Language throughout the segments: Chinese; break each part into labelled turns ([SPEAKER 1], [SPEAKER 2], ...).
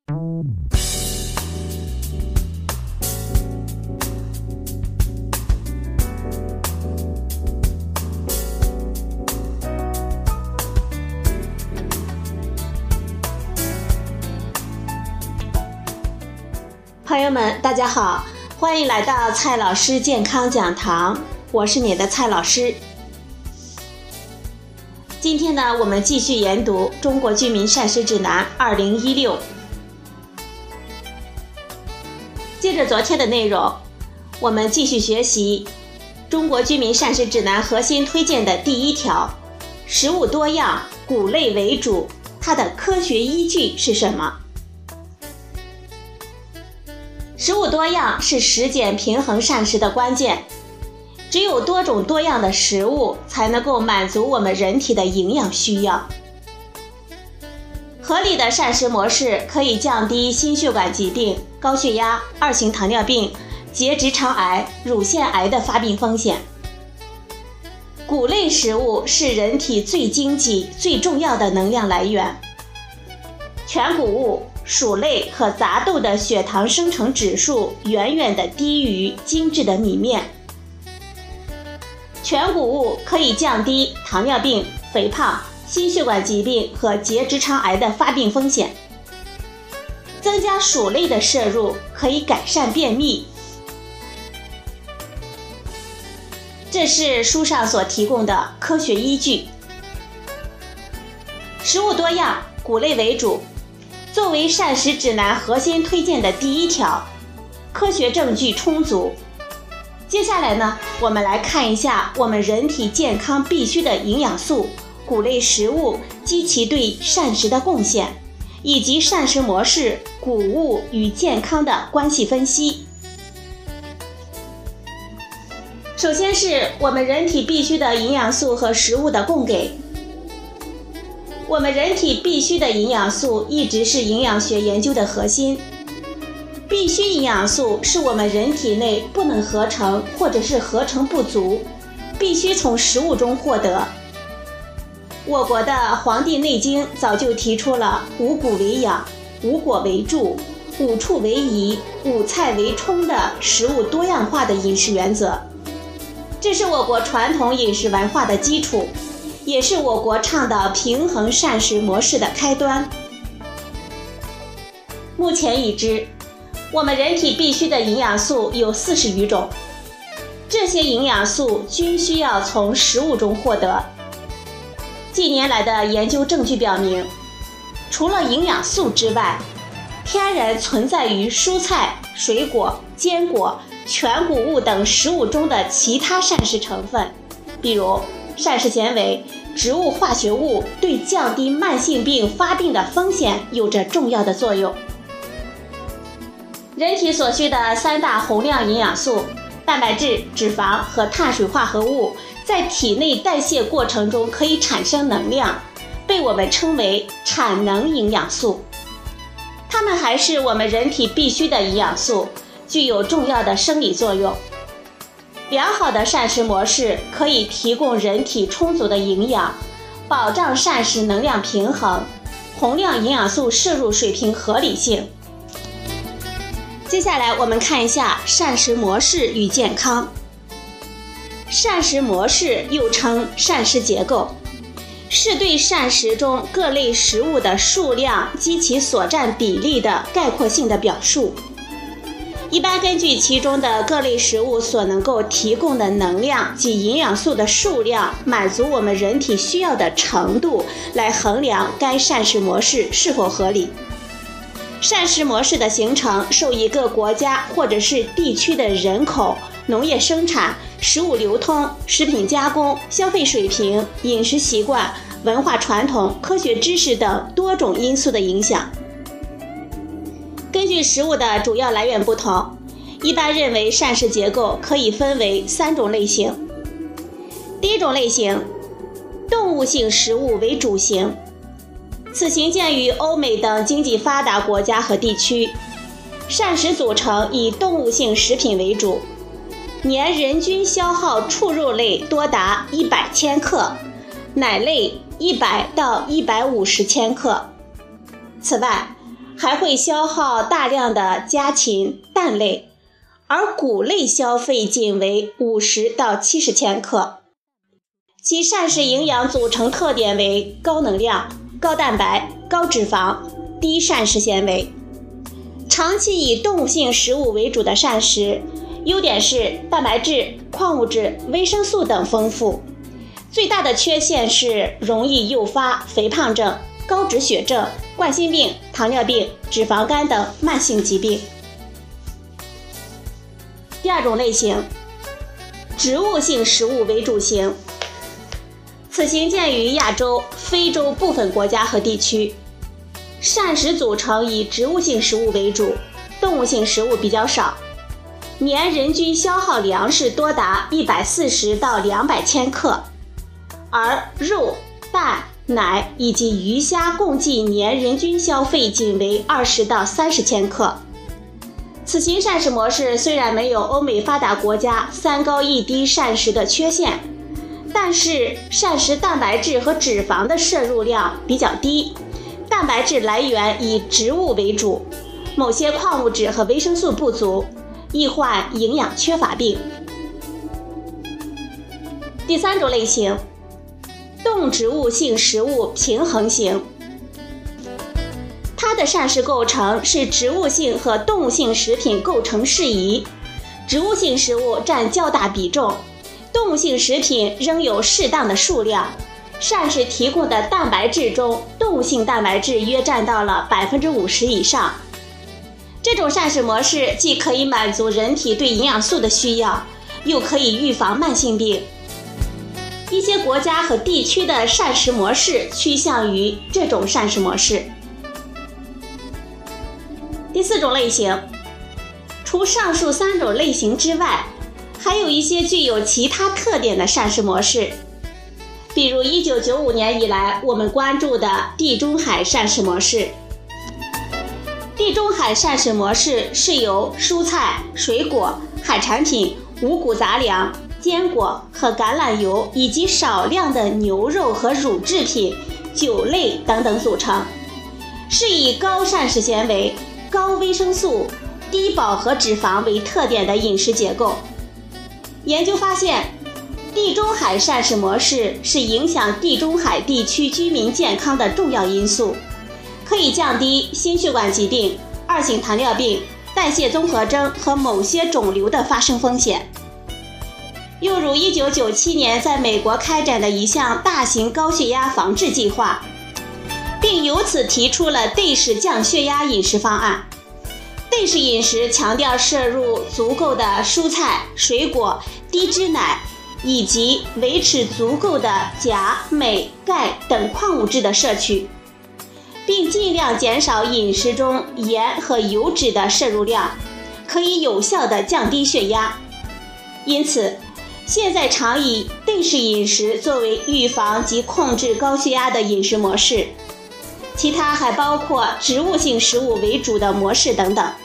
[SPEAKER 1] 朋友们，大家好，欢迎来到蔡老师健康讲堂，我是你的蔡老师。今天呢，我们继续研读《中国居民膳食指南2016》。接着昨天的内容，我们继续学习《中国居民膳食指南》核心推荐的第1条：食物多样，谷类为主，它的科学依据是什么？食物多样是实践平衡膳食的关键，只有多种多样的食物才能够满足我们人体的营养需要。合理的膳食模式可以降低心血管疾病、高血压、2型糖尿病、结直肠癌、乳腺癌的发病风险。谷类食物是人体最经济、最重要的能量来源。全谷物、薯类和杂豆的血糖生成指数远远地低于精致的米面。全谷物可以降低糖尿病、肥胖、心血管疾病和结直肠癌的发病风险。增加薯类的摄入可以改善便秘。这是书上所提供的科学依据。食物多样，谷类为主，作为膳食指南核心推荐的第1条，科学证据充足。接下来呢，我们来看一下我们人体健康必需的营养素、谷类食物及其对膳食的贡献，以及膳食模式、谷物与健康的关系分析。首先是我们人体必需的营养素和食物的供给。我们人体必需的营养素一直是营养学研究的核心。必需营养素是我们人体内不能合成或者是合成不足，必须从食物中获得。我国的《黄帝内经》早就提出了五谷为养、五果为助、五畜为宜、五菜为充的食物多样化的饮食原则。这是我国传统饮食文化的基础，也是我国倡导平衡膳食模式的开端。目前已知，我们人体必需的营养素有40余种，这些营养素均需要从食物中获得。近年来的研究证据表明，除了营养素之外，天然存在于蔬菜、水果、坚果、全谷物等食物中的其他膳食成分，比如膳食纤维、植物化学物，对降低慢性病发病的风险有着重要的作用。人体所需的3大宏量营养素，蛋白质、脂肪和碳水化合物，在体内代谢过程中可以产生能量，被我们称为产能营养素。它们还是我们人体必需的营养素，具有重要的生理作用。良好的膳食模式可以提供人体充足的营养，保障膳食能量平衡，宏量营养素摄入水平合理性。接下来我们看一下膳食模式与健康。膳食模式又称膳食结构，是对膳食中各类食物的数量及其所占比例的概括性的表述。一般根据其中的各类食物所能够提供的能量及营养素的数量，满足我们人体需要的程度，来衡量该膳食模式是否合理。膳食模式的形成受一个国家或者是地区的人口、农业生产、食物流通、食品加工、消费水平、饮食习惯、文化传统、科学知识等多种因素的影响。根据食物的主要来源不同，一般认为膳食结构可以分为3种类型。第一种类型，动物性食物为主型，此型见于欧美等经济发达国家和地区，膳食组成以动物性食品为主，年人均消耗畜肉类多达100千克，奶类100到150千克。此外， 还会消耗大量的家禽、蛋类，而谷类消费仅为50到70千克。其膳食营养组成特点为高能量、高蛋白、高脂肪、低膳食纤维。长期以动物性食物为主的膳食，优点是蛋白质、矿物质、维生素等丰富，最大的缺陷是容易诱发肥胖症、高脂血症、冠心病、糖尿病、脂肪肝等慢性疾病。第二种类型，植物性食物为主型。此型见于亚洲、非洲部分国家和地区，膳食组成以植物性食物为主，动物性食物比较少，年人均消耗粮食多达140到200千克，而肉、蛋、奶以及鱼虾共计年人均消费仅为20到30千克。此型膳食模式虽然没有欧美发达国家3高1低膳食的缺陷，但是膳食蛋白质和脂肪的摄入量比较低，蛋白质来源以植物为主，某些矿物质和维生素不足，易患营养缺乏病。第三种类型，动植物性食物平衡型。它的膳食构成是植物性和动物性食品构成适宜，植物性食物占较大比重，动物性食品仍有适当的数量。膳食提供的蛋白质中，动物性蛋白质约占到了50%以上。这种膳食模式既可以满足人体对营养素的需要，又可以预防慢性病。一些国家和地区的膳食模式趋向于这种膳食模式。第四种类型，除上述3种类型之外，还有一些具有其他特点的膳食模式，比如1995年以来我们关注的地中海膳食模式。地中海膳食模式是由蔬菜、水果、海产品、五谷杂粮、坚果和橄榄油以及少量的牛肉和乳制品、酒类等等组成，是以高膳食纤维、高维生素、低饱和脂肪为特点的饮食结构。研究发现，地中海膳食模式是影响地中海地区居民健康的重要因素，可以降低心血管疾病、2型糖尿病、代谢综合征和某些肿瘤的发生风险。又如1997年在美国开展的一项大型高血压防治计划，并由此提出了对式降血压饮食方案。对式饮食强调摄入足够的蔬菜、水果、低脂奶，以及维持足够的钾、镁、钙等矿物质的摄取，并尽量减少饮食中盐和油脂的摄入量，可以有效地降低血压。因此，现在常以对式饮食作为预防及控制高血压的饮食模式，其他还包括植物性食物为主的模式等等。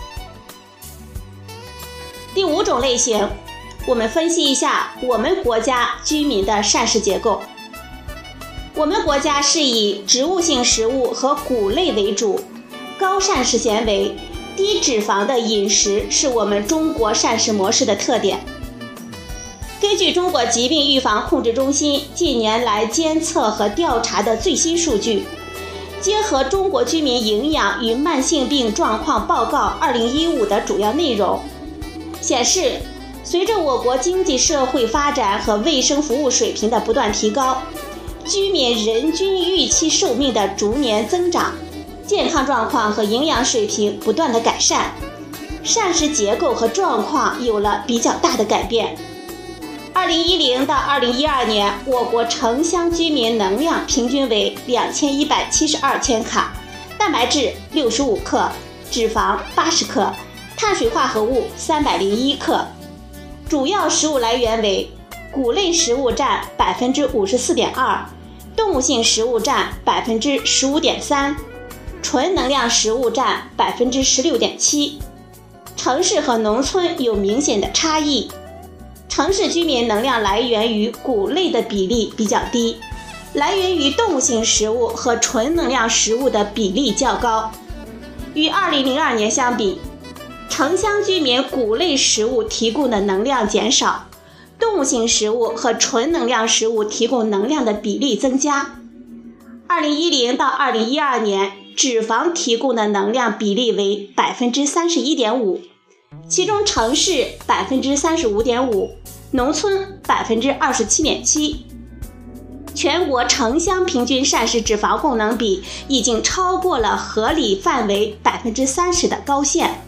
[SPEAKER 1] 第5种类型，我们分析一下我们国家居民的膳食结构。我们国家是以植物性食物和谷类为主，高膳食纤维、低脂肪的饮食是我们中国膳食模式的特点。根据中国疾病预防控制中心近年来监测和调查的最新数据，结合中国居民营养与慢性病状况报告2015的主要内容，显示随着我国经济社会发展和卫生服务水平的不断提高，居民人均预期寿命的逐年增长，健康状况和营养水平不断的改善，膳食结构和状况有了比较大的改变。2010到2012年，我国城乡居民能量平均为2172千卡，蛋白质65克，脂肪80克，碳水化合物301克。主要食物来源为谷类食物占54.2%，动物性食物占15.3%，纯能量食物占16.7%。城市和农村有明显的差异，城市居民能量来源于谷类的比例比较低，来源于动物性食物和纯能量食物的比例较高。 与2002年相比，城乡居民谷类食物提供的能量减少，动物性食物和纯能量食物提供能量的比例增加。2010到2012年，脂肪提供的能量比例为 31.5%， 其中城市 35.5%， 农村 27.7%。全国城乡平均膳食脂肪供能比已经超过了合理范围 30% 的高线。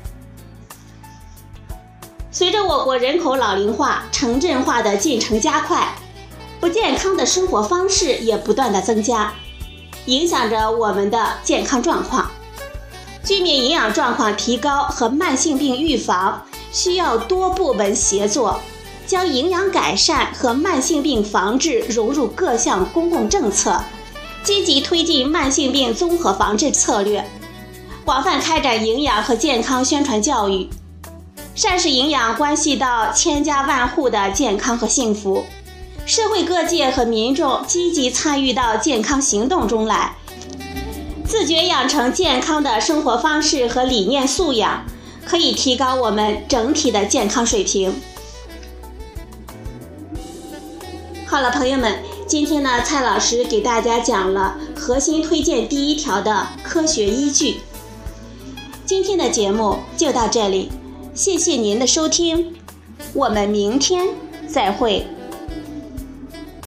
[SPEAKER 1] 随着我国人口老龄化、城镇化的进程加快，不健康的生活方式也不断的增加，影响着我们的健康状况。居民营养状况提高和慢性病预防需要多部门协作，将营养改善和慢性病防治融入各项公共政策，积极推进慢性病综合防治策略，广泛开展营养和健康宣传教育。膳食营养关系到千家万户的健康和幸福，社会各界和民众积极参与到健康行动中来，自觉养成健康的生活方式和理念素养，可以提高我们整体的健康水平。好了，朋友们，今天呢，蔡老师给大家讲了核心推荐第1条的科学依据。今天的节目就到这里，谢谢您的收听，我们明天再会。